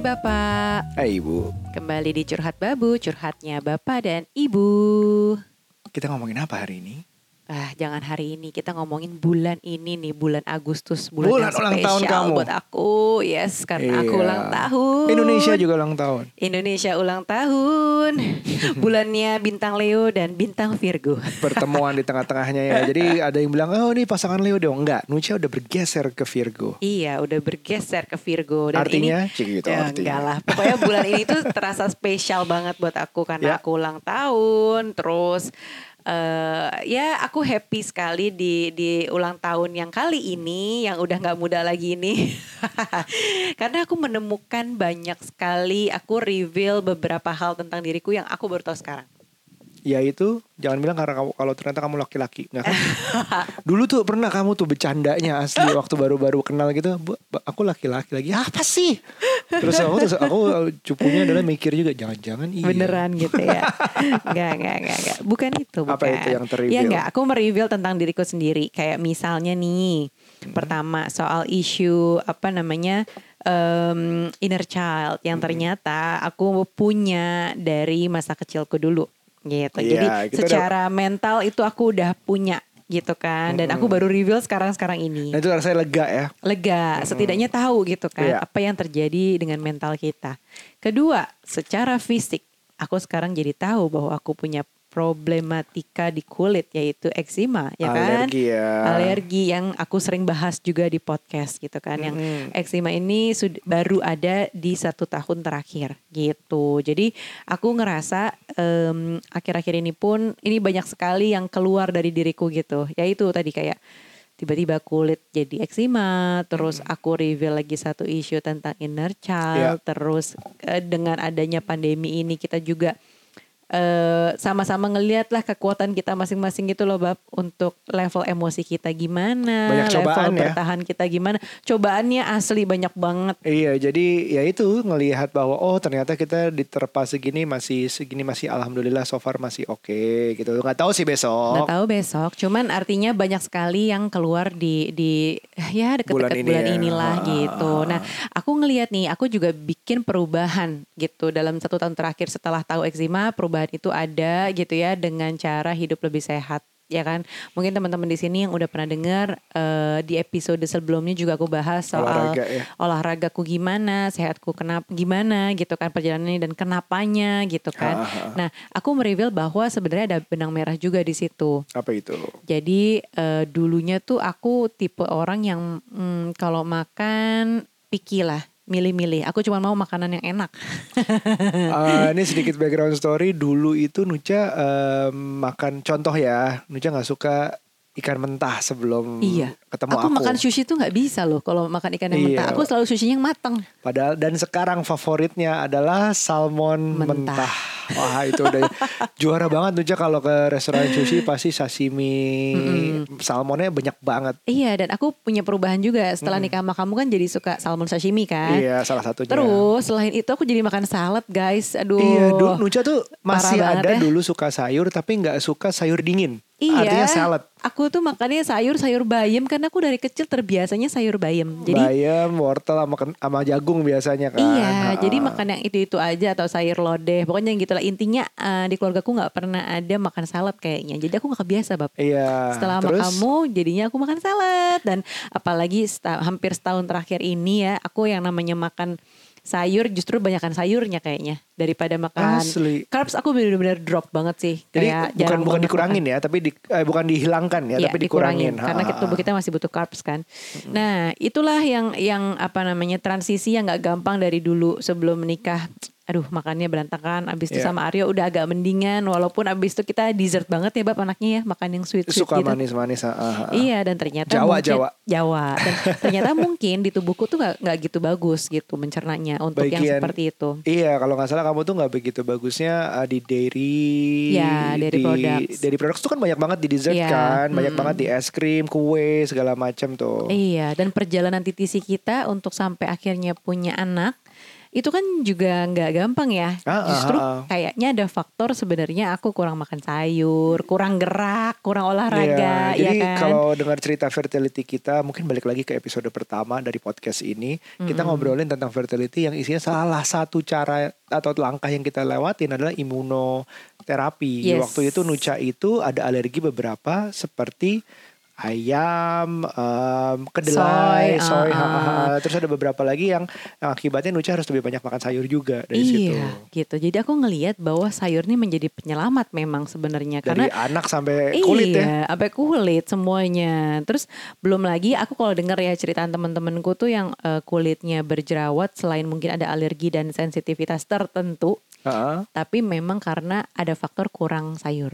Bapak. Hai Ibu. Kembali di Curhat Babu, curhatnya Bapak dan Ibu. Kita ngomongin apa hari ini? Jangan hari ini, kita ngomongin bulan ini nih, bulan Agustus, bulan Bulan yang ulang tahun spesial kamu. buat aku. Yes, karena aku Iya. ulang tahun. Indonesia juga ulang tahun. Indonesia ulang tahun. Bulannya bintang Leo dan bintang Virgo. Pertemuan di tengah-tengahnya ya. Jadi ada yang bilang, oh ini pasangan Leo dong. Enggak, Nucha udah bergeser ke Virgo. Iya, udah bergeser ke Virgo. Dan Artinya? ini, Cik gitu ya, artinya. enggak lah. Pokoknya bulan ini tuh terasa spesial banget buat aku karena Ya. aku ulang tahun. Terus ya aku happy sekali di ulang tahun yang kali ini, yang udah gak muda lagi ini. Karena aku menemukan banyak sekali, aku reveal beberapa hal tentang diriku yang aku baru tahu sekarang. Ya itu, jangan bilang karena kamu, kalau ternyata kamu laki-laki. Nggak kan? Dulu tuh pernah kamu tuh bercandanya asli waktu baru-baru kenal gitu. Aku laki-laki lagi, apa sih? Terus aku cupunya adalah mikir juga, jangan-jangan iya. Beneran gitu ya. Enggak. Bukan itu, bukan. Apa itu yang ter-reveal? Ya enggak, aku mereveal tentang diriku sendiri. Kayak misalnya nih, pertama soal isu inner child yang ternyata aku punya dari masa kecilku dulu gitu. Iya, Jadi secara mental itu aku udah punya gitu kan. Dan aku baru reveal sekarang ini. Nah itu rasanya lega ya. Lega, setidaknya tahu gitu kan Iya. apa yang terjadi dengan mental kita. Kedua, secara fisik, aku sekarang jadi tahu bahwa aku punya problematika di kulit, yaitu eksima, ya kan? Alergi ya. Alergi yang aku sering bahas juga di podcast gitu kan. Yang eksima ini baru ada di 1 tahun terakhir gitu. Jadi aku ngerasa akhir-akhir ini pun ini banyak sekali yang keluar dari diriku gitu. Yaitu tadi kayak tiba-tiba kulit jadi eksima, terus aku reveal lagi satu isu tentang inner child, terus dengan adanya pandemi ini kita juga sama-sama ngelihat lah kekuatan kita masing-masing gitu loh Bab, untuk level emosi kita gimana, Banyak level cobaan ya. bertahan kita gimana, cobaannya asli banyak banget. Iya, jadi ya itu ngelihat bahwa oh ternyata kita diterpa segini masih alhamdulillah so far masih oke gitu. Nggak tahu sih besok. Nggak tahu besok, cuman artinya banyak sekali yang keluar di ya deket-deket bulan ya. inilah gitu. Nah, aku ngelihat nih, aku juga bikin perubahan gitu dalam 1 tahun terakhir setelah tahu eksima. Perubahan itu ada gitu ya dengan cara hidup lebih sehat. Ya kan, mungkin teman-teman di sini yang udah pernah dengar di episode sebelumnya juga aku bahas soal olahragaku gimana, sehatku gimana gitu kan, perjalanannya dan kenapanya gitu kan. Nah, aku mereveal bahwa sebenarnya ada benang merah juga di situ. Apa itu? Jadi dulunya tuh aku tipe orang yang kalau makan picky lah. Milih-milih, aku cuma mau makanan yang enak. Ini sedikit background story. Dulu itu Nucha makan, contoh ya, Nucha nggak suka ikan mentah sebelum ketemu aku. Aku makan sushi tuh nggak bisa loh kalau makan ikan yang mentah. Aku selalu sushinya yang matang. Padahal dan sekarang favoritnya adalah salmon mentah. Wah itu udah juara banget Nucha kalau ke restoran sushi pasti sashimi salmonnya banyak banget. Iya, dan aku punya perubahan juga setelah nikah sama kamu kan, jadi suka salmon sashimi kan. Iya, salah satunya. Terus selain itu aku jadi makan salad guys. Aduh. Iya, Nucha tuh masih ada ya. dulu suka sayur tapi nggak suka sayur dingin. Iya, artinya salad. Aku tuh makannya sayur bayam karena aku dari kecil terbiasanya sayur bayam. Jadi bayam, wortel sama jagung biasanya kan. Iya, jadi makan yang itu aja atau sayur lodeh. Pokoknya yang gitulah. Intinya di keluargaku nggak pernah ada makan salad kayaknya. Jadi aku nggak kebiasa Bab. Iya. Setelah sama kamu, jadinya aku makan salad. Dan apalagi hampir setahun terakhir ini ya, aku yang namanya makan sayur justru banyakkan sayurnya kayaknya daripada makan asli. Carbs. Aku benar-benar drop banget sih. Jadi kayak bukan dikurangin ya, tapi bukan dihilangkan ya, tapi dikurangin. Karena tubuh kita masih butuh carbs kan. Nah, itulah yang transisi yang nggak gampang dari dulu sebelum menikah. Aduh, makannya berantakan. Abis itu sama Aryo udah agak mendingan. Walaupun abis itu kita dessert banget ya Bab anaknya ya. Makan yang sweet-sweet suka gitu. manis-manis. Iya, dan ternyata Jawa. Dan ternyata mungkin di tubuhku tuh gak gitu bagus gitu mencernanya untuk yang seperti itu. Iya, kalau gak salah kamu tuh gak begitu bagusnya di dairy. Ya, dairy products. Dairy products tuh kan banyak banget di dessert kan. Banyak banget di es krim, kue, segala macam tuh. Iya, dan perjalanan TTC kita untuk sampai akhirnya punya anak itu kan juga nggak gampang ya. Justru kayaknya ada faktor sebenarnya aku kurang makan sayur, kurang gerak, kurang olahraga. Jadi kan? kalau dengar cerita fertility kita, mungkin balik lagi ke episode pertama dari podcast ini, kita ngobrolin tentang fertility yang isinya salah satu cara atau langkah yang kita lewatin adalah imunoterapi. Waktu itu Nucha itu ada alergi beberapa seperti ayam, kedelai, soy, terus ada beberapa lagi yang akibatnya Nucha harus lebih banyak makan sayur juga dari situ. Gitu. Jadi aku ngelihat bahwa sayur ini menjadi penyelamat memang sebenarnya dari anak sampai kulit sampai kulit semuanya. Terus belum lagi aku kalau dengar ya cerita teman-temanku tuh yang kulitnya berjerawat selain mungkin ada alergi dan sensitivitas tertentu, tapi memang karena ada faktor kurang sayur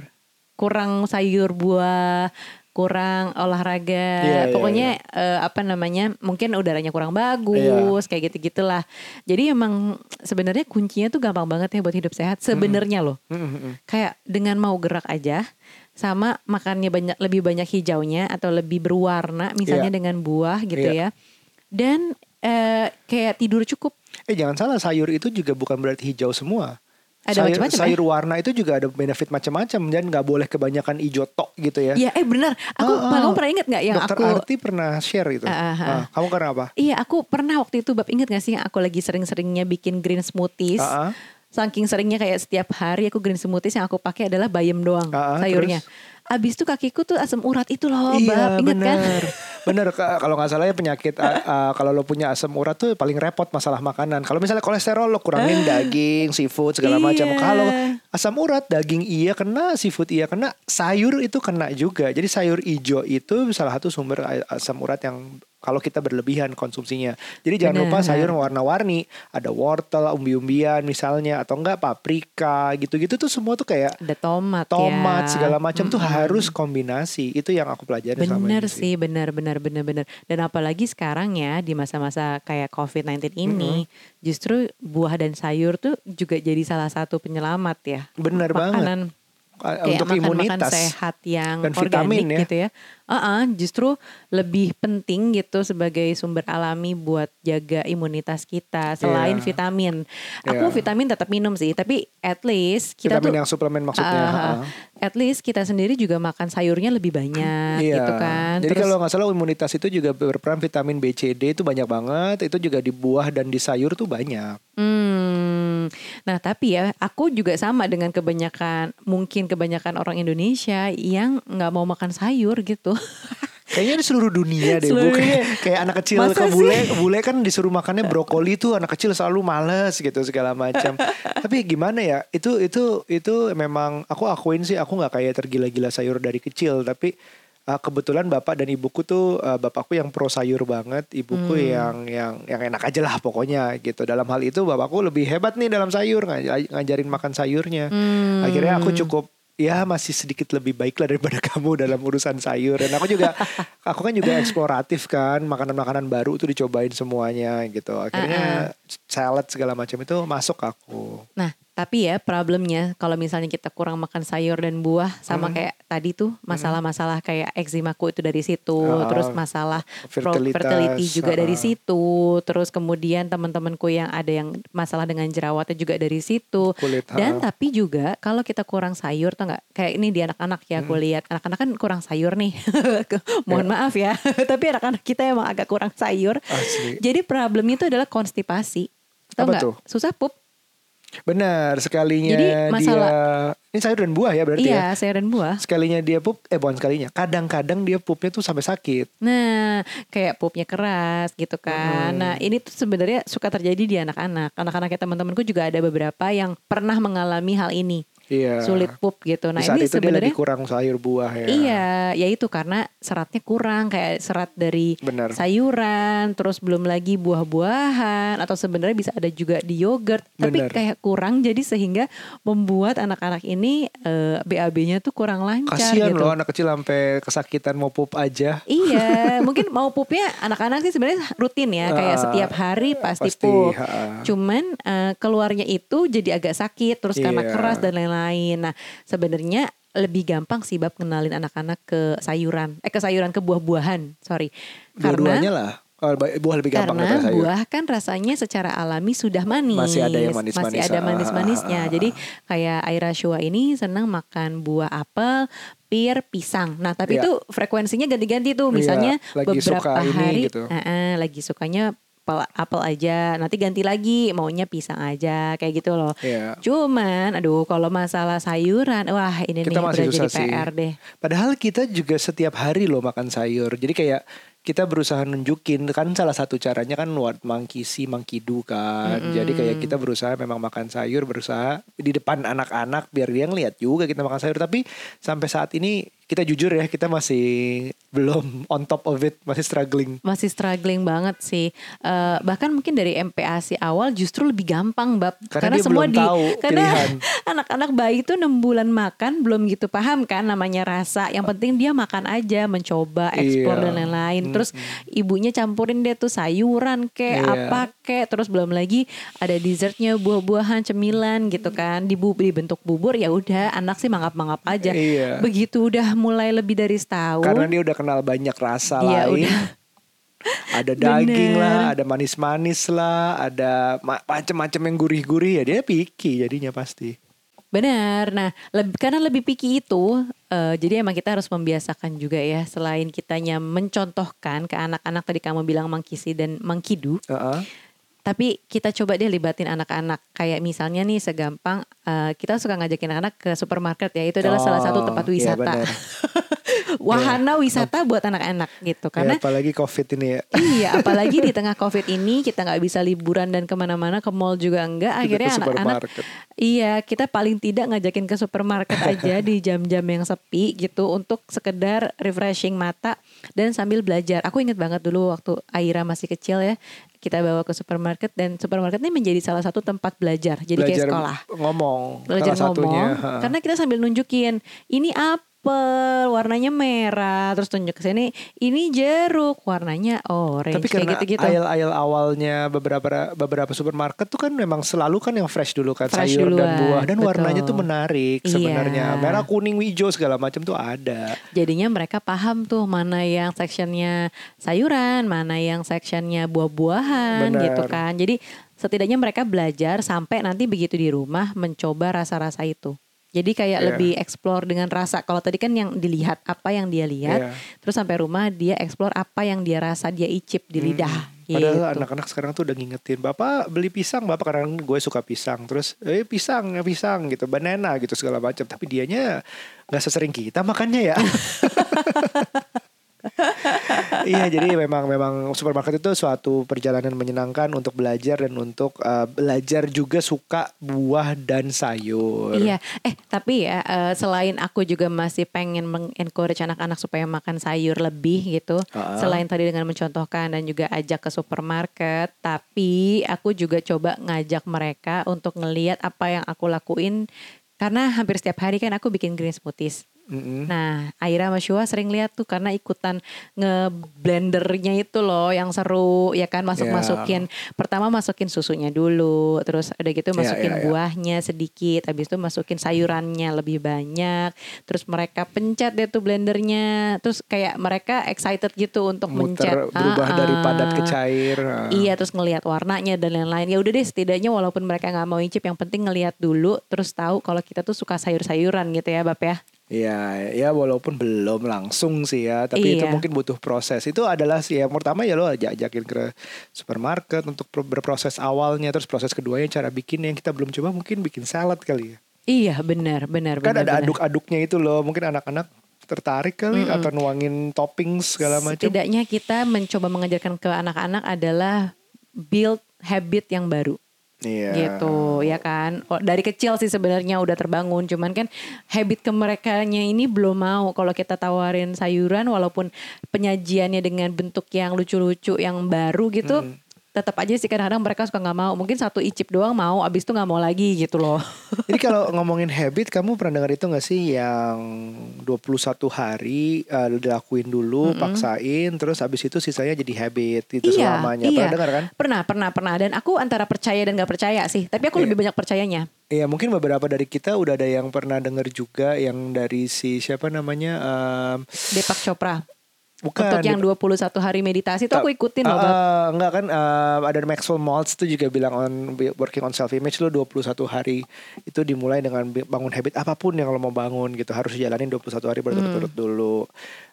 buah, kurang olahraga, pokoknya mungkin udaranya kurang bagus, kayak gitu-gitulah. Jadi emang sebenarnya kuncinya tuh gampang banget ya buat hidup sehat sebenarnya loh. Kayak dengan mau gerak aja, sama makannya lebih banyak hijaunya atau lebih berwarna, misalnya dengan buah gitu ya. Dan kayak tidur cukup. Jangan salah, sayur itu juga bukan berarti hijau semua. Ada sayur warna itu juga ada benefit macam-macam dan nggak boleh kebanyakan hijau tok gitu ya. Iya, benar. Kamu pernah ingat nggak yang Dokter Arti pernah share itu. Kamu karena apa? Iya, aku pernah waktu itu ingat nggak sih aku lagi sering-seringnya bikin green smoothies. Saking seringnya kayak setiap hari aku green smoothies yang aku pakai adalah bayam doang sayurnya. Terus? Abis itu kakiku tuh asam urat itu loh, Bab. Ingat kan? Bener, kalau gak salah ya penyakit kalau lo punya asam urat tuh paling repot masalah makanan. Kalau misalnya kolesterol lo kurangin daging, seafood segala macam. Kalau asam urat, daging iya kena, seafood iya kena, sayur itu kena juga. Jadi sayur hijau itu salah satu sumber asam urat yang kalau kita berlebihan konsumsinya. Jadi jangan lupa sayur warna-warni, ada wortel, umbi-umbian misalnya, atau enggak paprika, gitu-gitu tuh semua tuh kayak ada tomat segala macam tuh harus kombinasi. Itu yang aku pelajari selama ini. Bener sih, bener. Dan apalagi sekarang ya di masa-masa kayak COVID-19 ini, justru buah dan sayur tuh juga jadi salah satu penyelamat ya. Bener banget. Untuk imunitas sehat yang dan organik vitamin ya. Gitu ya. Justru lebih penting gitu sebagai sumber alami buat jaga imunitas kita selain vitamin. Aku vitamin tetap minum sih, tapi at least kita vitamin yang suplemen maksudnya. At least kita sendiri juga makan sayurnya lebih banyak gitu kan. Jadi kalau nggak salah imunitas itu juga berperan vitamin B, C, D itu banyak banget. Itu juga di buah dan di sayur tuh banyak. Nah tapi ya aku juga sama dengan kebanyakan orang Indonesia yang nggak mau makan sayur gitu. Kayaknya di seluruh dunia deh, kayak anak kecil ke bule kan disuruh makannya brokoli tuh anak kecil selalu males gitu segala macam. Tapi gimana ya? Itu memang aku akuin sih, aku nggak kayak tergila-gila sayur dari kecil, tapi kebetulan bapak dan ibuku tuh bapakku yang pro sayur banget, ibuku yang enak aja lah pokoknya gitu. Dalam hal itu bapakku lebih hebat nih dalam sayur, ngajarin makan sayurnya. Akhirnya aku cukup masih sedikit lebih baik lah daripada kamu dalam urusan sayur. Dan aku kan juga eksploratif kan, makanan-makanan baru tuh dicobain semuanya gitu. Akhirnya salad segala macam itu masuk aku. Nah tapi ya problemnya kalau misalnya kita kurang makan sayur dan buah sama kayak tadi tuh masalah-masalah kayak ekzimaku itu dari situ, terus masalah fertility juga dari situ, terus kemudian teman-temanku yang ada yang masalah dengan jerawatnya juga dari situ. Dan tapi juga kalau kita kurang sayur tuh nggak kayak ini di anak-anak ya, aku lihat anak-anak kan kurang sayur nih. Mohon maaf ya, tapi anak-anak kita emang agak kurang sayur. Jadi problemnya itu adalah konstipasi. Tahu nggak? Susah pup. Benar, sekalinya jadi ini sayur dan buah ya berarti ya? Iya, sayur dan buah. Sekalinya dia pup, bukan sekalinya, kadang-kadang dia pupnya tuh sampai sakit. Nah, kayak pupnya keras gitu kan. Nah, ini tuh sebenarnya suka terjadi di anak-anak. Anak-anaknya teman-temanku juga ada beberapa yang pernah mengalami hal ini. Sulit pup gitu. Nah di saat ini itu sebenarnya dia lagi kurang sayur buah ya. Iya, ya itu karena seratnya kurang, kayak serat dari sayuran, terus belum lagi buah-buahan, atau sebenarnya bisa ada juga di yogurt, tapi kayak kurang, jadi sehingga membuat anak-anak ini BAB-nya tuh kurang lancar. Kasian gitu. Loh anak kecil sampai kesakitan mau pup aja. Iya, mungkin mau pupnya anak-anak sih sebenarnya rutin ya, kayak setiap hari pasti pup. Cuman keluarnya itu jadi agak sakit, terus karena keras dan lain-lain. Nah sebenarnya lebih gampang sih Bab kenalin anak-anak ke sayuran, ke buah-buahan, Dua-duanya lah. Buah lebih gampang karena daripada sayur. buah kan rasanya secara alami sudah manis. Masih ada yang manis-manis. Masih ada manis-manisnya. Jadi kayak Aira Shua ini senang makan buah apel, pir, pisang. Nah tapi itu frekuensinya ganti-ganti tuh. Misalnya lagi beberapa suka hari gitu. Lagi sukanya apel aja, nanti ganti lagi maunya pisang aja, kayak gitu loh. Cuman aduh kalau masalah sayuran, wah ini kita nih masih udah susah jadi PR deh. Padahal kita juga setiap hari loh makan sayur. Jadi kayak kita berusaha nunjukin, kan salah satu caranya kan what monkey see, monkey do kan. Jadi kayak kita berusaha memang makan sayur, berusaha di depan anak-anak biar dia ngeliat juga kita makan sayur. Tapi sampai saat ini kita jujur ya, kita masih belum on top of it, masih struggling. Masih struggling banget sih. Bahkan mungkin dari MPASI awal justru lebih gampang, Bab. Karena dia semua belum tahu pilihan. Anak-anak bayi itu 6 bulan makan belum gitu paham kan namanya rasa. Yang penting dia makan aja, mencoba, explore dan lain-lain. Terus ibunya campurin dia tuh sayuran apa terus belum lagi ada dessertnya, buah-buahan, cemilan gitu kan. Dibentuk bubur, ya udah anak sih mangap-mangap aja. Begitu udah mulai lebih dari setahun. Karena dia udah kenal banyak rasa lain. Ada daging lah, ada manis-manis lah, ada macam-macam yang gurih-gurih, ya dia picky jadinya pasti. Benar. Nah, karena lebih picky itu, jadi emang kita harus membiasakan juga ya. Selain kitanya mencontohkan ke anak-anak, tadi kamu bilang monkey see dan monkey do. Tapi kita coba deh libatin anak-anak. Kayak misalnya nih segampang, kita suka ngajakin anak-anak ke supermarket ya. Itu adalah salah satu tempat wisata. Wahana wisata buat anak-anak gitu. Karena apalagi COVID ini ya. Iya, apalagi di tengah COVID ini kita gak bisa liburan dan kemana-mana, ke mall juga enggak. Akhirnya anak-anak, kita paling tidak ngajakin ke supermarket aja di jam-jam yang sepi gitu. Untuk sekedar refreshing mata dan sambil belajar. Aku inget banget dulu waktu Aira masih kecil ya. Kita bawa ke supermarket dan supermarket ini menjadi salah satu tempat belajar. Jadi kayak sekolah. Belajar ngomong. Karena kita sambil nunjukin, ini apel warnanya merah, terus tunjuk ke sini, ini jeruk warnanya orange. Tapi karena gitu-gitu. aisle awalnya beberapa supermarket tuh kan memang selalu kan yang fresh dulu kan, sayur dan buah, dan warnanya tuh menarik sebenarnya. Merah, kuning, hijau segala macam tuh ada. Jadinya mereka paham tuh mana yang sectionnya sayuran, mana yang sectionnya buah-buahan. Bener. Gitu kan. Jadi setidaknya mereka belajar sampai nanti begitu di rumah mencoba rasa-rasa itu. Jadi kayak lebih explore dengan rasa. Kalau tadi kan yang dilihat, apa yang dia lihat. Terus sampai rumah dia explore apa yang dia rasa, dia icip di lidah. Padahal anak-anak sekarang tuh udah ngingetin, Bapak beli pisang, Bapak, karena gue suka pisang. Terus pisang gitu, banana gitu segala macam. Tapi dianya gak sesering kita makannya ya. Iya, jadi memang supermarket itu suatu perjalanan menyenangkan untuk belajar dan untuk belajar juga suka buah dan sayur. Iya, tapi ya selain aku juga masih pengen mengencourage anak-anak supaya makan sayur lebih gitu. Selain tadi dengan mencontohkan dan juga ajak ke supermarket, tapi aku juga coba ngajak mereka untuk ngelihat apa yang aku lakuin. Karena hampir setiap hari kan aku bikin green smoothies. Nah, Aira sama Shua sering lihat tuh karena ikutan ngeblendernya itu loh yang seru ya kan, pertama masukin susunya dulu, terus udah gitu masukin buahnya sedikit, habis itu masukin sayurannya lebih banyak, terus mereka pencet deh tuh blendernya, terus kayak mereka excited gitu untuk mencet, berubah dari padat ke cair. Iya, terus ngelihat warnanya dan lain-lain. Ya udah deh, setidaknya walaupun mereka nggak mau incip, yang penting ngelihat dulu, terus tahu kalau kita tuh suka sayur-sayuran gitu ya, Bab ya. Iya, ya walaupun belum langsung sih ya, tapi itu mungkin butuh proses. Itu adalah sih yang pertama ya, lo ajakin ke supermarket untuk berproses awalnya, terus proses keduanya cara bikin yang kita belum coba, mungkin bikin salad kali ya. Iya, benar. Kan ada aduk-aduknya itu loh, mungkin anak-anak tertarik kali atau nuangin topping segala macam. Setidaknya kita mencoba mengajarkan ke anak-anak adalah build habit yang baru. Gitu ya kan. Dari kecil sih sebenarnya udah terbangun, cuman kan habit ke merekanya ini belum mau. Kalau kita tawarin sayuran walaupun penyajiannya dengan bentuk yang lucu-lucu yang baru gitu, tetap aja sih kadang-kadang mereka suka gak mau. Mungkin satu icip doang mau, abis itu gak mau lagi gitu loh. Jadi kalau ngomongin habit, kamu pernah dengar itu gak sih yang 21 hari dilakuin dulu, paksain, terus abis itu sisanya jadi habit itu selamanya. Pernah dengar kan? Pernah. Dan aku antara percaya dan gak percaya sih. Tapi aku lebih banyak percayanya. Iya, mungkin beberapa dari kita udah ada yang pernah dengar juga, yang dari si siapa namanya, Deepak Chopra. Bukan. Untuk yang 21 hari meditasi itu aku ikutin loh. Enggak kan, ada Maxwell Maltz itu juga bilang working on self image lo 21 hari itu dimulai dengan bangun habit apapun yang lo mau bangun gitu, harus jalanin 21 hari berturut-turut dulu.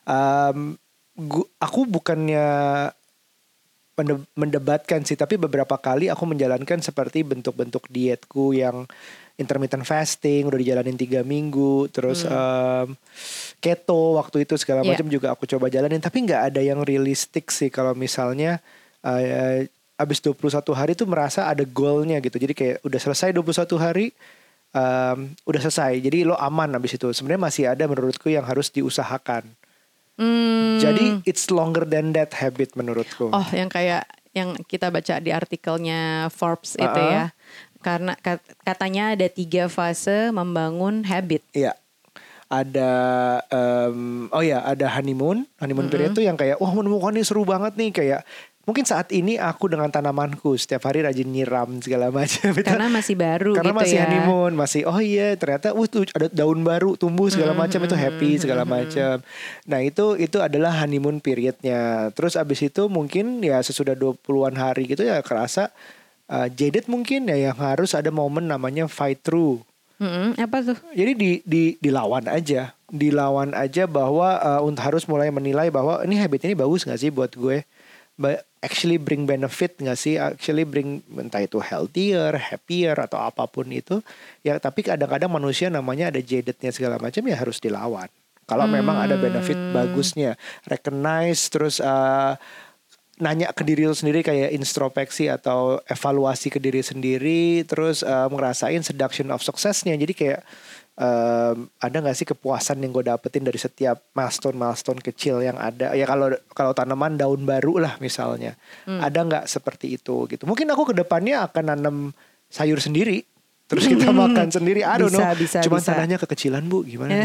Aku bukannya mendebatkan sih, tapi beberapa kali aku menjalankan seperti bentuk-bentuk dietku yang intermittent fasting udah dijalanin 3 minggu, terus keto waktu itu segala macam juga aku coba jalanin, tapi nggak ada yang realistik sih kalau misalnya abis 21 hari tuh merasa ada goalnya gitu. Jadi kayak udah selesai 21 hari, udah selesai. Jadi lo aman abis itu. Sebenarnya masih ada menurutku yang harus diusahakan. Jadi it's longer than that habit menurutku. Oh, yang kayak yang kita baca di artikelnya Forbes itu ya. Karena katanya ada 3 fase membangun habit. Iya. Ada ada honeymoon period tuh yang kayak wah menemukan ini seru banget nih, kayak mungkin saat ini aku dengan tanamanku setiap hari rajin nyiram segala macam. Karena masih baru karena gitu masih ya. honeymoon, masih ternyata tuh ada daun baru tumbuh segala macam, itu happy segala macam. Nah, itu adalah honeymoon periodnya. Terus abis itu mungkin ya sesudah 20-an hari gitu ya kerasa jaded mungkin ya, yang harus ada momen namanya fight through. Apa tuh? Jadi dilawan aja bahwa harus mulai menilai bahwa ini habit ini bagus nggak sih buat gue, actually bring benefit nggak sih, actually bring entah itu healthier, happier atau apapun itu ya. Tapi kadang-kadang manusia namanya ada jadednya segala macam ya, harus dilawan. Kalau memang ada benefit bagusnya, recognize, terus nanya ke diri lo sendiri, kayak introspeksi atau evaluasi ke diri sendiri, terus ngerasain seduction of successnya. Jadi kayak ada nggak sih kepuasan yang gue dapetin dari setiap milestone kecil yang ada ya. Kalau tanaman daun baru lah misalnya, ada nggak seperti itu gitu. Mungkin aku kedepannya akan nanam sayur sendiri, terus kita makan sendiri. I don't know. Cuma tanahnya kekecilan Bu, gimana?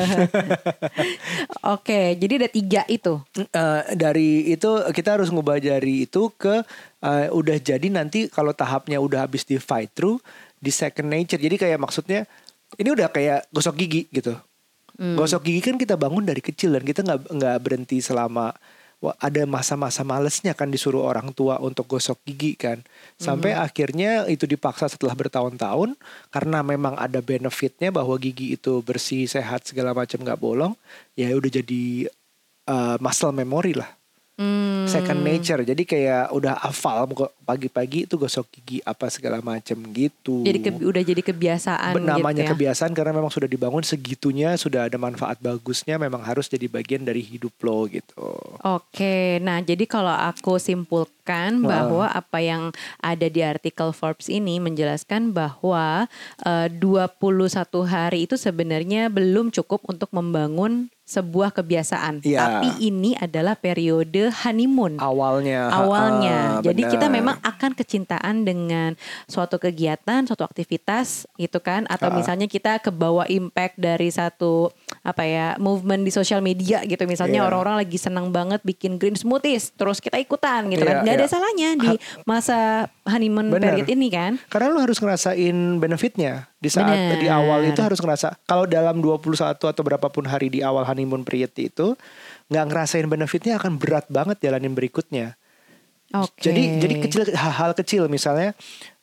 Oke, jadi ada 3 itu. Dari itu kita harus ngubah dari itu ke udah jadi nanti kalau tahapnya udah habis di fight through, di second nature. Jadi kayak maksudnya ini udah kayak gosok gigi gitu. Gosok gigi kan kita bangun dari kecil dan kita nggak berhenti selama. Ada masa-masa malesnya kan disuruh orang tua untuk gosok gigi kan. Sampai akhirnya itu dipaksa setelah bertahun-tahun karena memang ada benefitnya bahwa gigi itu bersih, sehat, segala macam, gak bolong. Ya udah jadi muscle memory lah. Second nature. Jadi kayak udah hafal pagi-pagi itu gosok gigi apa segala macam gitu. Jadi udah jadi kebiasaan namanya gitu ya. Kebiasaan karena memang sudah dibangun segitunya, sudah ada manfaat bagusnya, memang harus jadi bagian dari hidup lo gitu. Oke, nah jadi kalau aku simpulkan bahwa apa yang ada di artikel Forbes ini menjelaskan bahwa 21 hari itu sebenarnya belum cukup untuk membangun sebuah kebiasaan. Tapi ini adalah periode honeymoon. Awalnya. Jadi kita memang akan kecintaan dengan suatu kegiatan, suatu aktivitas gitu kan. Atau misalnya kita kebawa impact dari satu movement di sosial media gitu. Misalnya orang-orang lagi senang banget bikin green smoothies, terus kita ikutan gitu kan. Gak ada salahnya di masa honeymoon period ini kan. Karena lo harus ngerasain benefitnya. Di saat di awal itu harus ngerasa. Kalau dalam 21 atau berapapun hari di awal honeymoon period itu gak ngerasain benefitnya, akan berat banget jalanin berikutnya. Jadi hal-hal kecil misalnya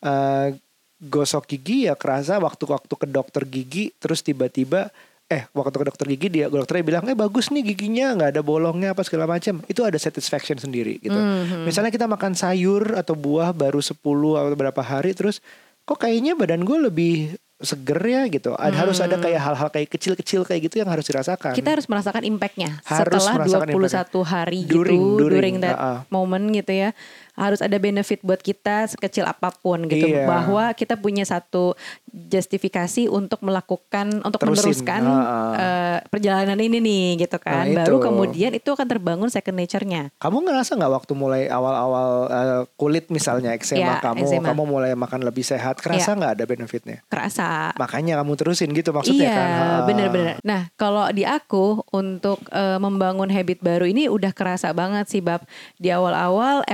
gosok gigi ya kerasa waktu ke dokter gigi, terus tiba-tiba waktu ke dokter gigi dokternya bilang bagus nih giginya, nggak ada bolongnya apa segala macam, itu ada satisfaction sendiri gitu. Misalnya kita makan sayur atau buah baru 10 atau berapa hari, terus kok kayaknya badan gue lebih seger ya gitu. Harus ada kayak hal-hal kayak kecil-kecil kayak gitu yang harus dirasakan. Kita harus merasakan impactnya harus setelah 21 hari gitu, during that moment gitu ya. Harus ada benefit buat kita sekecil apapun gitu. Bahwa kita punya satu justifikasi untuk meneruskan perjalanan ini nih gitu kan. Baru kemudian itu akan terbangun second nature-nya. Kamu ngerasa gak waktu mulai awal-awal kulit misalnya eczema kamu mulai makan lebih sehat, kerasa gak ada benefitnya? Kerasa. Makanya kamu terusin gitu maksudnya kan. Iya bener-bener. Nah kalau di aku untuk membangun habit baru ini udah kerasa banget sih Bab. Di awal-awal emang gak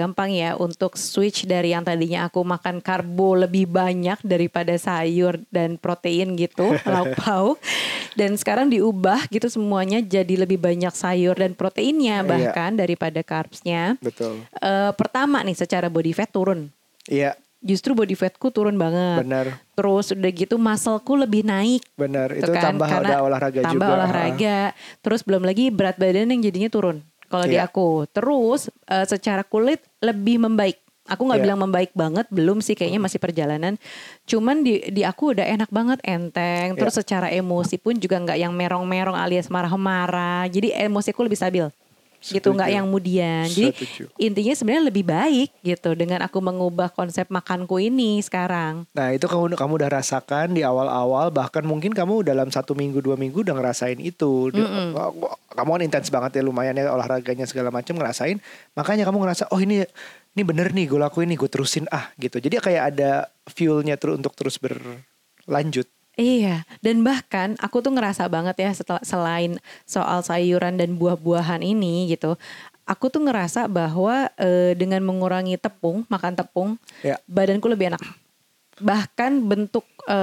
gampang ya untuk switch dari yang tadinya aku makan karbo lebih banyak daripada sayur dan protein gitu, lauk pauk. Dan sekarang diubah gitu semuanya jadi lebih banyak sayur dan proteinnya bahkan daripada carbsnya. Betul. Pertama nih secara body fat turun. Iya. Justru body fatku turun banget. Benar. Terus udah gitu muscleku lebih naik. Benar. Itu kan? tambah ada olahraga juga. Tambah olahraga. Terus belum lagi berat badan yang jadinya turun. Kalau di aku. Terus secara kulit lebih membaik. Aku nggak bilang membaik banget, belum sih, kayaknya masih perjalanan. Cuman di aku udah enak banget, enteng. Terus secara emosi pun juga nggak yang merong-merong alias marah-marah. Jadi emosiku lebih stabil. Gitu, nggak yang kemudian. Jadi intinya sebenarnya lebih baik gitu dengan aku mengubah konsep makanku ini sekarang. Nah itu kamu udah rasakan di awal-awal, bahkan mungkin kamu dalam 1 minggu 2 minggu udah ngerasain itu. Kamu kan intens banget ya, lumayan ya olahraganya segala macam ngerasain. Makanya kamu ngerasa oh ini bener nih gue lakuin nih, gue terusin gitu. Jadi kayak ada fuelnya untuk terus berlanjut. Iya, dan bahkan aku tuh ngerasa banget ya selain soal sayuran dan buah-buahan ini gitu, aku tuh ngerasa bahwa dengan mengurangi makan tepung, badanku lebih enak. Bahkan bentuk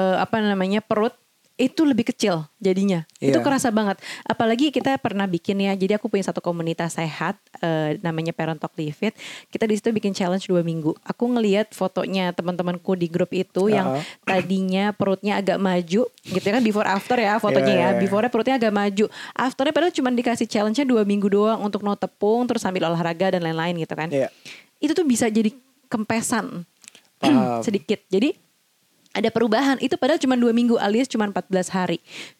perut itu lebih kecil jadinya. Itu kerasa banget. Apalagi kita pernah bikin ya. Jadi aku punya satu komunitas sehat namanya Parent Talk Live Fit. Kita di situ bikin challenge 2 minggu. Aku ngelihat fotonya teman-temanku di grup itu yang tadinya perutnya agak maju gitu ya kan, before after ya fotonya ya. Before-nya perutnya agak maju. After-nya padahal cuma dikasih challenge-nya 2 minggu doang untuk no tepung terus sambil olahraga dan lain-lain gitu kan. Itu tuh bisa jadi kempesan sedikit. Jadi ada perubahan, itu padahal cuma 2 minggu alias cuma 14 hari.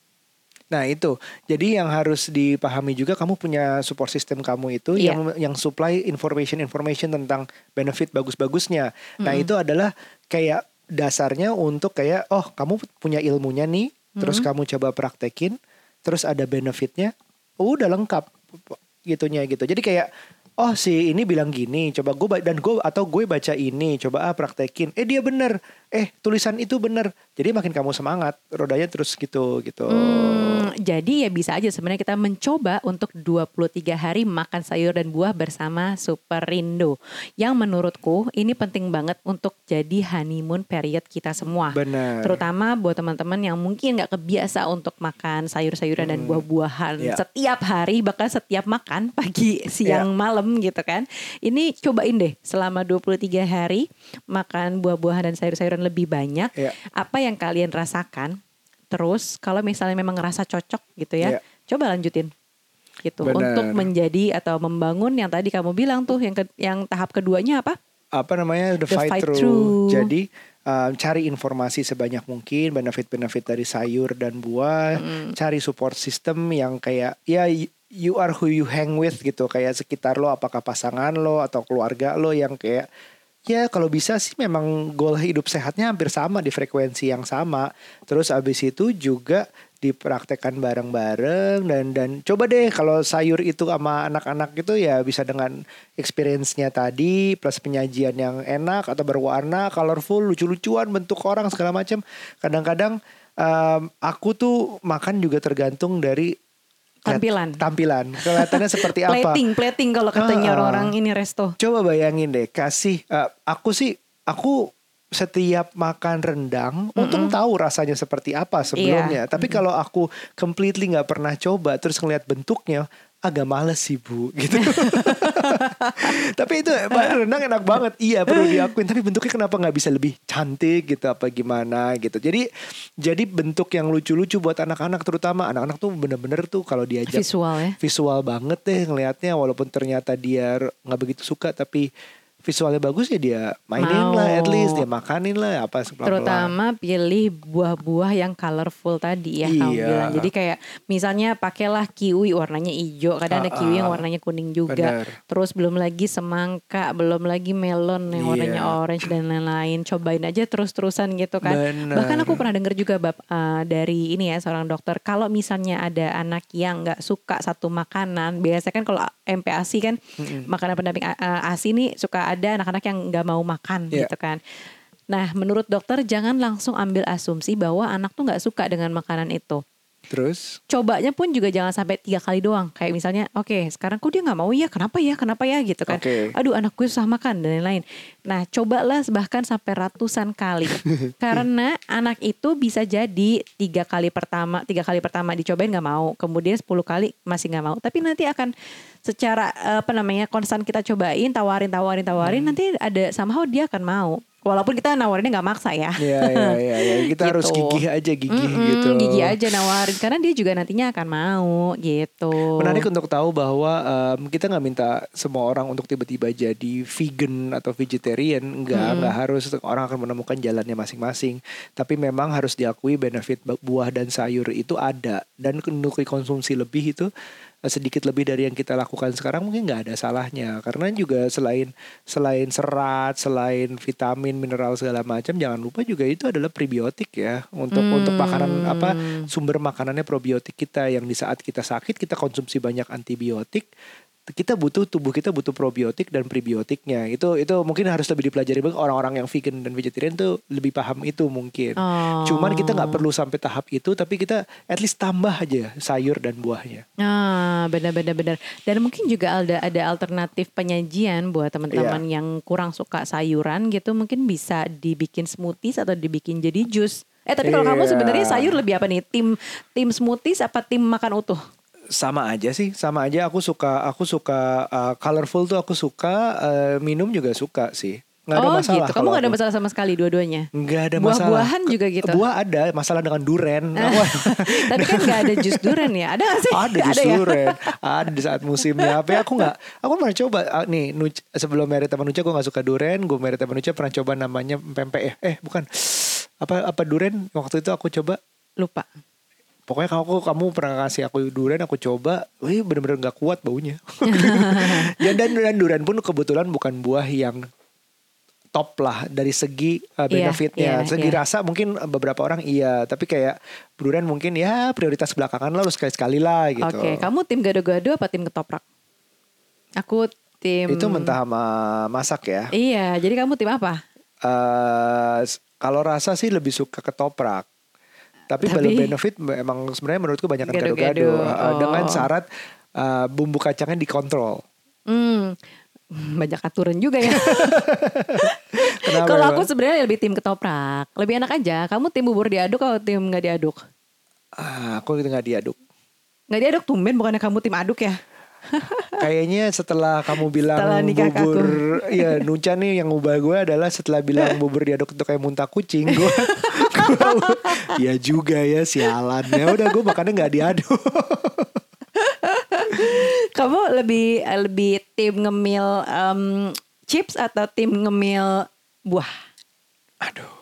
Nah itu, jadi yang harus dipahami juga, kamu punya support system kamu itu yang supply information tentang benefit bagus-bagusnya. Nah itu adalah kayak dasarnya untuk kayak, oh kamu punya ilmunya nih, terus kamu coba praktekin, terus ada benefitnya, udah lengkap gitunya gitu. Jadi kayak, oh si ini bilang gini, coba gue baca ini, coba praktekin. Dia bener, tulisan itu bener. Jadi makin kamu semangat, rodanya terus gitu. Jadi ya bisa aja sebenarnya kita mencoba untuk 23 hari makan sayur dan buah bersama Superindo. Yang menurutku ini penting banget untuk jadi honeymoon period kita semua. Benar. Terutama buat teman-teman yang mungkin gak kebiasa untuk makan sayur-sayuran dan buah-buahan setiap hari, bahkan setiap makan pagi, siang, malam gitu kan. Ini cobain deh selama 23 hari makan buah-buahan dan sayur-sayuran lebih banyak. Apa yang kalian rasakan? Terus kalau misalnya memang ngerasa cocok gitu ya, coba lanjutin gitu. Bener. Untuk menjadi atau membangun yang tadi kamu bilang tuh, yang tahap keduanya apa? Apa namanya? The fight through. Jadi cari informasi sebanyak mungkin, benefit-benefit dari sayur dan buah, cari support system yang kayak you are who you hang with gitu, kayak sekitar lo, apakah pasangan lo atau keluarga lo yang kayak kalau bisa sih memang goal hidup sehatnya hampir sama, di frekuensi yang sama. Terus abis itu juga dipraktekkan bareng-bareng dan coba deh kalau sayur itu sama anak-anak gitu ya bisa dengan experience-nya tadi plus penyajian yang enak atau berwarna, colorful, lucu-lucuan, bentuk orang segala macam. Kadang-kadang aku tuh makan juga tergantung dari tampilan kelihatannya seperti apa. Plating kalau katanya orang-orang ini resto. Coba bayangin deh, aku setiap makan rendang untung tahu rasanya seperti apa sebelumnya. Tapi kalau aku completely nggak pernah coba terus ngeliat bentuknya, agak males sih Bu gitu. Tapi itu rendang enak banget, perlu diakuin. Tapi bentuknya kenapa nggak bisa lebih cantik gitu, apa gimana gitu. Jadi bentuk yang lucu-lucu buat anak-anak, terutama anak-anak tuh bener-bener tuh kalau diajak visual banget deh ngelihatnya. Walaupun ternyata dia nggak begitu suka, tapi visualnya bagus ya dia mainin lah, at least dia makanin lah apa pelan-pelan. Terutama pilih buah-buah yang colorful tadi ya kamu bilang. Jadi kayak misalnya pakailah kiwi warnanya hijau, kadang ada kiwi yang warnanya kuning juga. Bener. Terus belum lagi semangka, belum lagi melon yang warnanya orange dan lain-lain. Cobain aja terus-terusan gitu kan. Bener. Bahkan aku pernah dengar juga dari ini ya seorang dokter, kalau misalnya ada anak yang nggak suka satu makanan, biasanya kan kalau MPASI kan makanan pendamping ASI nih suka ada anak-anak yang nggak mau makan gitu kan. Nah menurut dokter jangan langsung ambil asumsi bahwa anak tuh nggak suka dengan makanan itu. Terus? Cobanya pun juga jangan sampai 3 kali doang. Kayak misalnya, oke, sekarang kok dia nggak mau ya? Kenapa ya? Gitu kan. Aduh, anak gue susah makan dan lain-lain. Nah, cobalah bahkan sampai ratusan kali. Karena anak itu bisa jadi 3 kali pertama dicobain nggak mau, kemudian 10 kali masih nggak mau. Tapi nanti akan secara konstan kita cobain, tawarin, nanti ada somehow dia akan mau. Walaupun kita nawarinnya nggak maksa ya. Iya. Kita harus gigih gitu. Gigih aja nawarin karena dia juga nantinya akan mau gitu. Menarik untuk tahu bahwa kita nggak minta semua orang untuk tiba-tiba jadi vegan atau vegetarian. Nggak harus, orang akan menemukan jalannya masing-masing. Tapi memang harus diakui benefit buah dan sayur itu ada, dan untuk dikonsumsi lebih itu sedikit lebih dari yang kita lakukan sekarang mungkin nggak ada salahnya, karena juga selain serat, selain vitamin, mineral segala macam, jangan lupa juga itu adalah prebiotik ya, untuk makanan sumber makanannya probiotik kita, yang di saat kita sakit kita konsumsi banyak antibiotik, tubuh kita butuh probiotik dan prebiotiknya. Itu mungkin harus lebih dipelajari. Orang-orang yang vegan dan vegetarian tuh lebih paham itu mungkin. Cuman kita nggak perlu sampai tahap itu, tapi kita at least tambah aja sayur dan buahnya. Benar. Dan mungkin juga ada alternatif penyajian buat teman-teman yang kurang suka sayuran gitu, mungkin bisa dibikin smoothies atau dibikin jadi jus. Tapi kalau kamu sebenarnya sayur lebih apa nih? Tim smoothies apa tim makan utuh? Sama aja. Aku suka colorful tuh aku suka, minum juga suka sih. Nggak ada masalah. Gitu. Kamu nggak ada masalah sama sekali dua-duanya? Nggak ada masalah. Buah-buahan juga gitu? Buah ada, masalah dengan duren. Tapi kan nggak ada jus duren ya? Ada nggak sih? Ada jus duren. Ada di saat musimnya. Aku pernah coba nih, sebelum married sama Nucha gue nggak suka duren. Gue married sama Nucha pernah coba namanya pempek. Bukan. Apa duren? Waktu itu aku coba. Lupa. Pokoknya kamu pernah kasih aku durian, aku coba, bener-bener gak kuat baunya. Dan durian pun kebetulan bukan buah yang top lah dari segi benefitnya. Segi rasa mungkin beberapa orang iya, tapi kayak durian mungkin ya prioritas belakangan lah, sekali-sekali lah gitu. Oke, kamu tim gado-gado apa tim ketoprak? Aku tim... Itu mentah sama masak ya? Iya, jadi kamu tim apa? Kalau rasa sih lebih suka ketoprak. Tapi benefit emang sebenarnya menurutku banyak gado-gado. Dengan syarat bumbu kacangnya dikontrol. Banyak aturan juga ya. Kalau aku sebenarnya lebih tim ketoprak. Lebih enak aja. Kamu tim bubur diaduk atau tim nggak diaduk? Aku nggak diaduk. Nggak diaduk, tumben bukannya kamu tim aduk ya? Kayaknya setelah kamu bilang bubur, ya Nucha nih yang ubah gue adalah setelah bilang bubur diaduk itu kayak muntah kucing, gue ya juga ya, sialan ya udah gue makannya nggak diaduk. Kamu lebih tim ngemil chips atau tim ngemil buah? Aduh,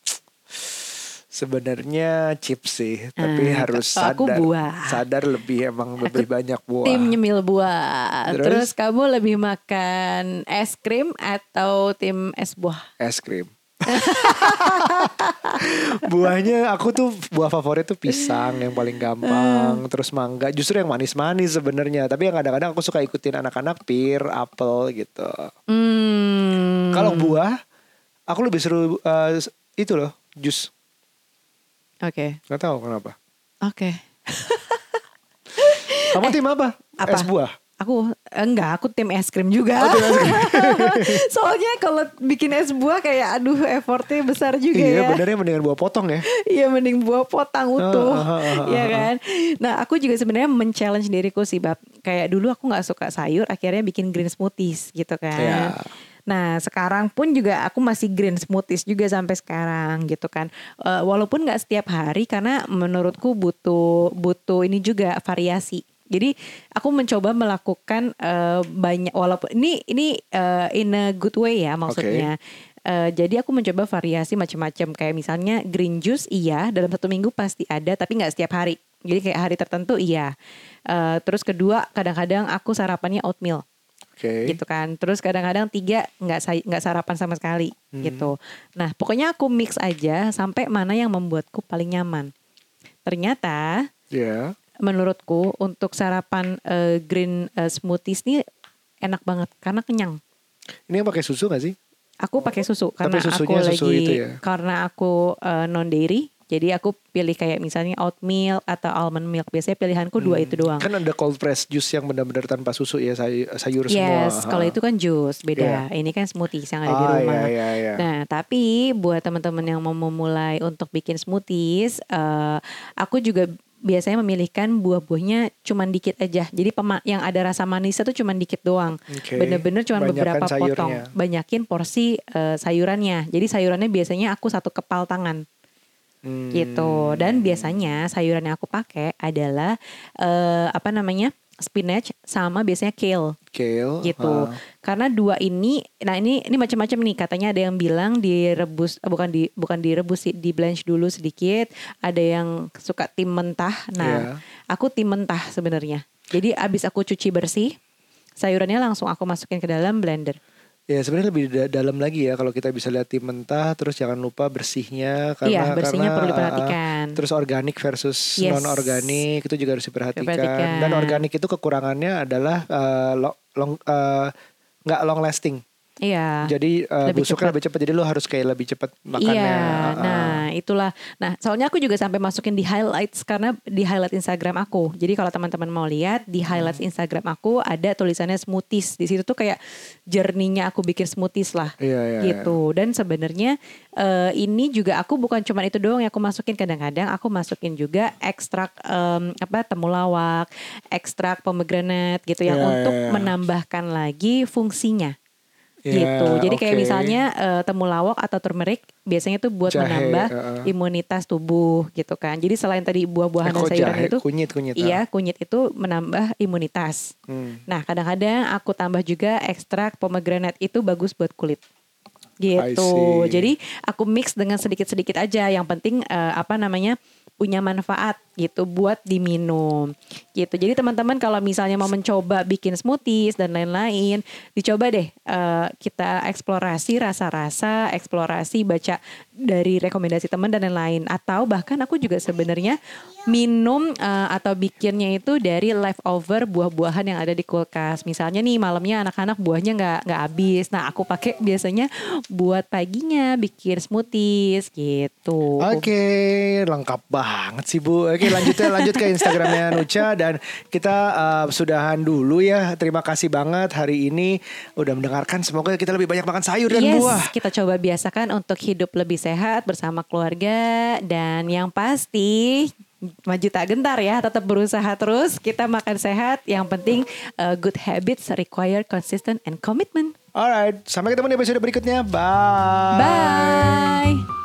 sebenarnya chips sih, tapi harus sadar lebih banyak buah. Tim nyemil buah. Terus kamu lebih makan es krim atau tim es buah? Es krim. Buahnya aku tuh buah favorit tuh pisang yang paling gampang, terus mangga, justru yang manis-manis sebenarnya. Tapi yang kadang-kadang aku suka ikutin anak-anak pir, apel gitu. Kalau buah, aku lebih seru itu loh, jus. Oke. Gak tahu kenapa. Oke. Kamu tim apa? Es buah? Aku tim es krim juga. Soalnya kalau bikin es buah kayak aduh effortnya besar juga ya. Iya benernya mendingan buah potong ya. Iya mending buah potong utuh. Iya kan. Nah aku juga sebenarnya men-challenge diriku sih Bab. Kayak dulu aku gak suka sayur, akhirnya bikin green smoothies gitu kan. Yeah. Nah sekarang pun juga aku masih green smoothies juga sampai sekarang gitu kan. Walaupun gak setiap hari karena menurutku butuh ini juga variasi. Jadi aku mencoba melakukan banyak, walaupun ini in a good way ya maksudnya. Jadi aku mencoba variasi macam-macam, kayak misalnya green juice dalam 1 minggu pasti ada, tapi nggak setiap hari. Jadi kayak hari tertentu terus kedua kadang-kadang aku sarapannya oatmeal. Gitu kan. Terus kadang-kadang 3 nggak sarapan sama sekali gitu. Nah pokoknya aku mix aja sampai mana yang membuatku paling nyaman. Ternyata menurutku untuk sarapan green smoothies ini enak banget karena kenyang. Ini yang pakai susu gak sih? Aku pakai susu karena aku lagi non dairy. Jadi aku pilih kayak misalnya oat milk atau almond milk. Biasanya pilihanku dua itu doang. Kan ada cold press juice yang benar-benar tanpa susu ya, sayur semua. Yes, kalau itu kan jus beda. Ini kan smoothies yang ada di rumah. Iya. Nah, tapi buat teman-teman yang mau memulai untuk bikin smoothies, aku juga biasanya memilihkan buah-buahnya cuman dikit aja. Jadi yang ada rasa manisnya tuh cuman dikit doang. Bener-bener cuman beberapa potong. Banyakin porsi sayurannya. Jadi sayurannya biasanya aku 1 kepal tangan. Gitu. Dan biasanya sayuran yang aku pakai adalah spinach sama biasanya kale gitu. Karena dua ini, nah ini macam-macam nih. Katanya ada yang bilang direbus, bukan direbus sih, di blanch dulu sedikit. Ada yang suka tim mentah. Nah, aku tim mentah sebenarnya. Jadi abis aku cuci bersih, sayurannya langsung aku masukin ke dalam blender. Ya sebenarnya lebih dalam lagi ya kalau kita bisa lihat tim mentah, terus jangan lupa bersihnya karena bersihnya perlu diperhatikan. Terus organik versus non organik itu juga harus diperhatikan. Dan organik itu kekurangannya adalah nggak long lasting. Iya. Jadi busuknya lebih cepat. Jadi lo harus kayak lebih cepat makannya. Iya. Nah itulah. Nah soalnya aku juga sampai masukin di highlights karena di highlight Instagram aku. Jadi kalau teman-teman mau lihat di highlights Instagram aku ada tulisannya smoothies. Di situ tuh kayak journey-nya aku bikin smoothies lah. Iya, gitu. Dan sebenarnya ini juga aku bukan cuma itu doang yang aku masukin. Kadang-kadang aku masukin juga ekstrak temulawak, ekstrak pomegranate gitu yang untuk menambahkan lagi fungsinya. Gitu. Jadi kayak misalnya temulawak atau turmeric biasanya tuh buat menambah imunitas tubuh gitu kan. Jadi selain tadi buah-buahan dan sayuran itu kunyit. Iya, kunyit itu menambah imunitas. Nah, kadang-kadang aku tambah juga ekstrak pomegranate, itu bagus buat kulit. Gitu. Jadi aku mix dengan sedikit-sedikit aja. Yang penting punya manfaat gitu buat diminum gitu. Jadi teman-teman kalau misalnya mau mencoba bikin smoothies dan lain-lain, dicoba deh kita eksplorasi rasa-rasa, eksplorasi baca dari rekomendasi teman dan lain-lain. Atau bahkan aku juga sebenarnya minum atau bikinnya itu dari leftover buah-buahan yang ada di kulkas. Misalnya nih malamnya anak-anak buahnya nggak habis. Nah aku pakai biasanya buat paginya bikin smoothies gitu. Oke, lengkap banget sih Bu. Oke lanjut ke Instagramnya Nucha dan kita sudahan dulu ya. Terima kasih banget hari ini udah mendengarkan. Semoga kita lebih banyak makan sayur dan buah. Kita coba biasakan untuk hidup lebih sehat bersama keluarga. Dan yang pasti maju tak gentar ya. Tetap berusaha terus. Kita makan sehat. Yang penting good habits require consistent and commitment. Alright, sampai ketemu di episode berikutnya. Bye. Bye.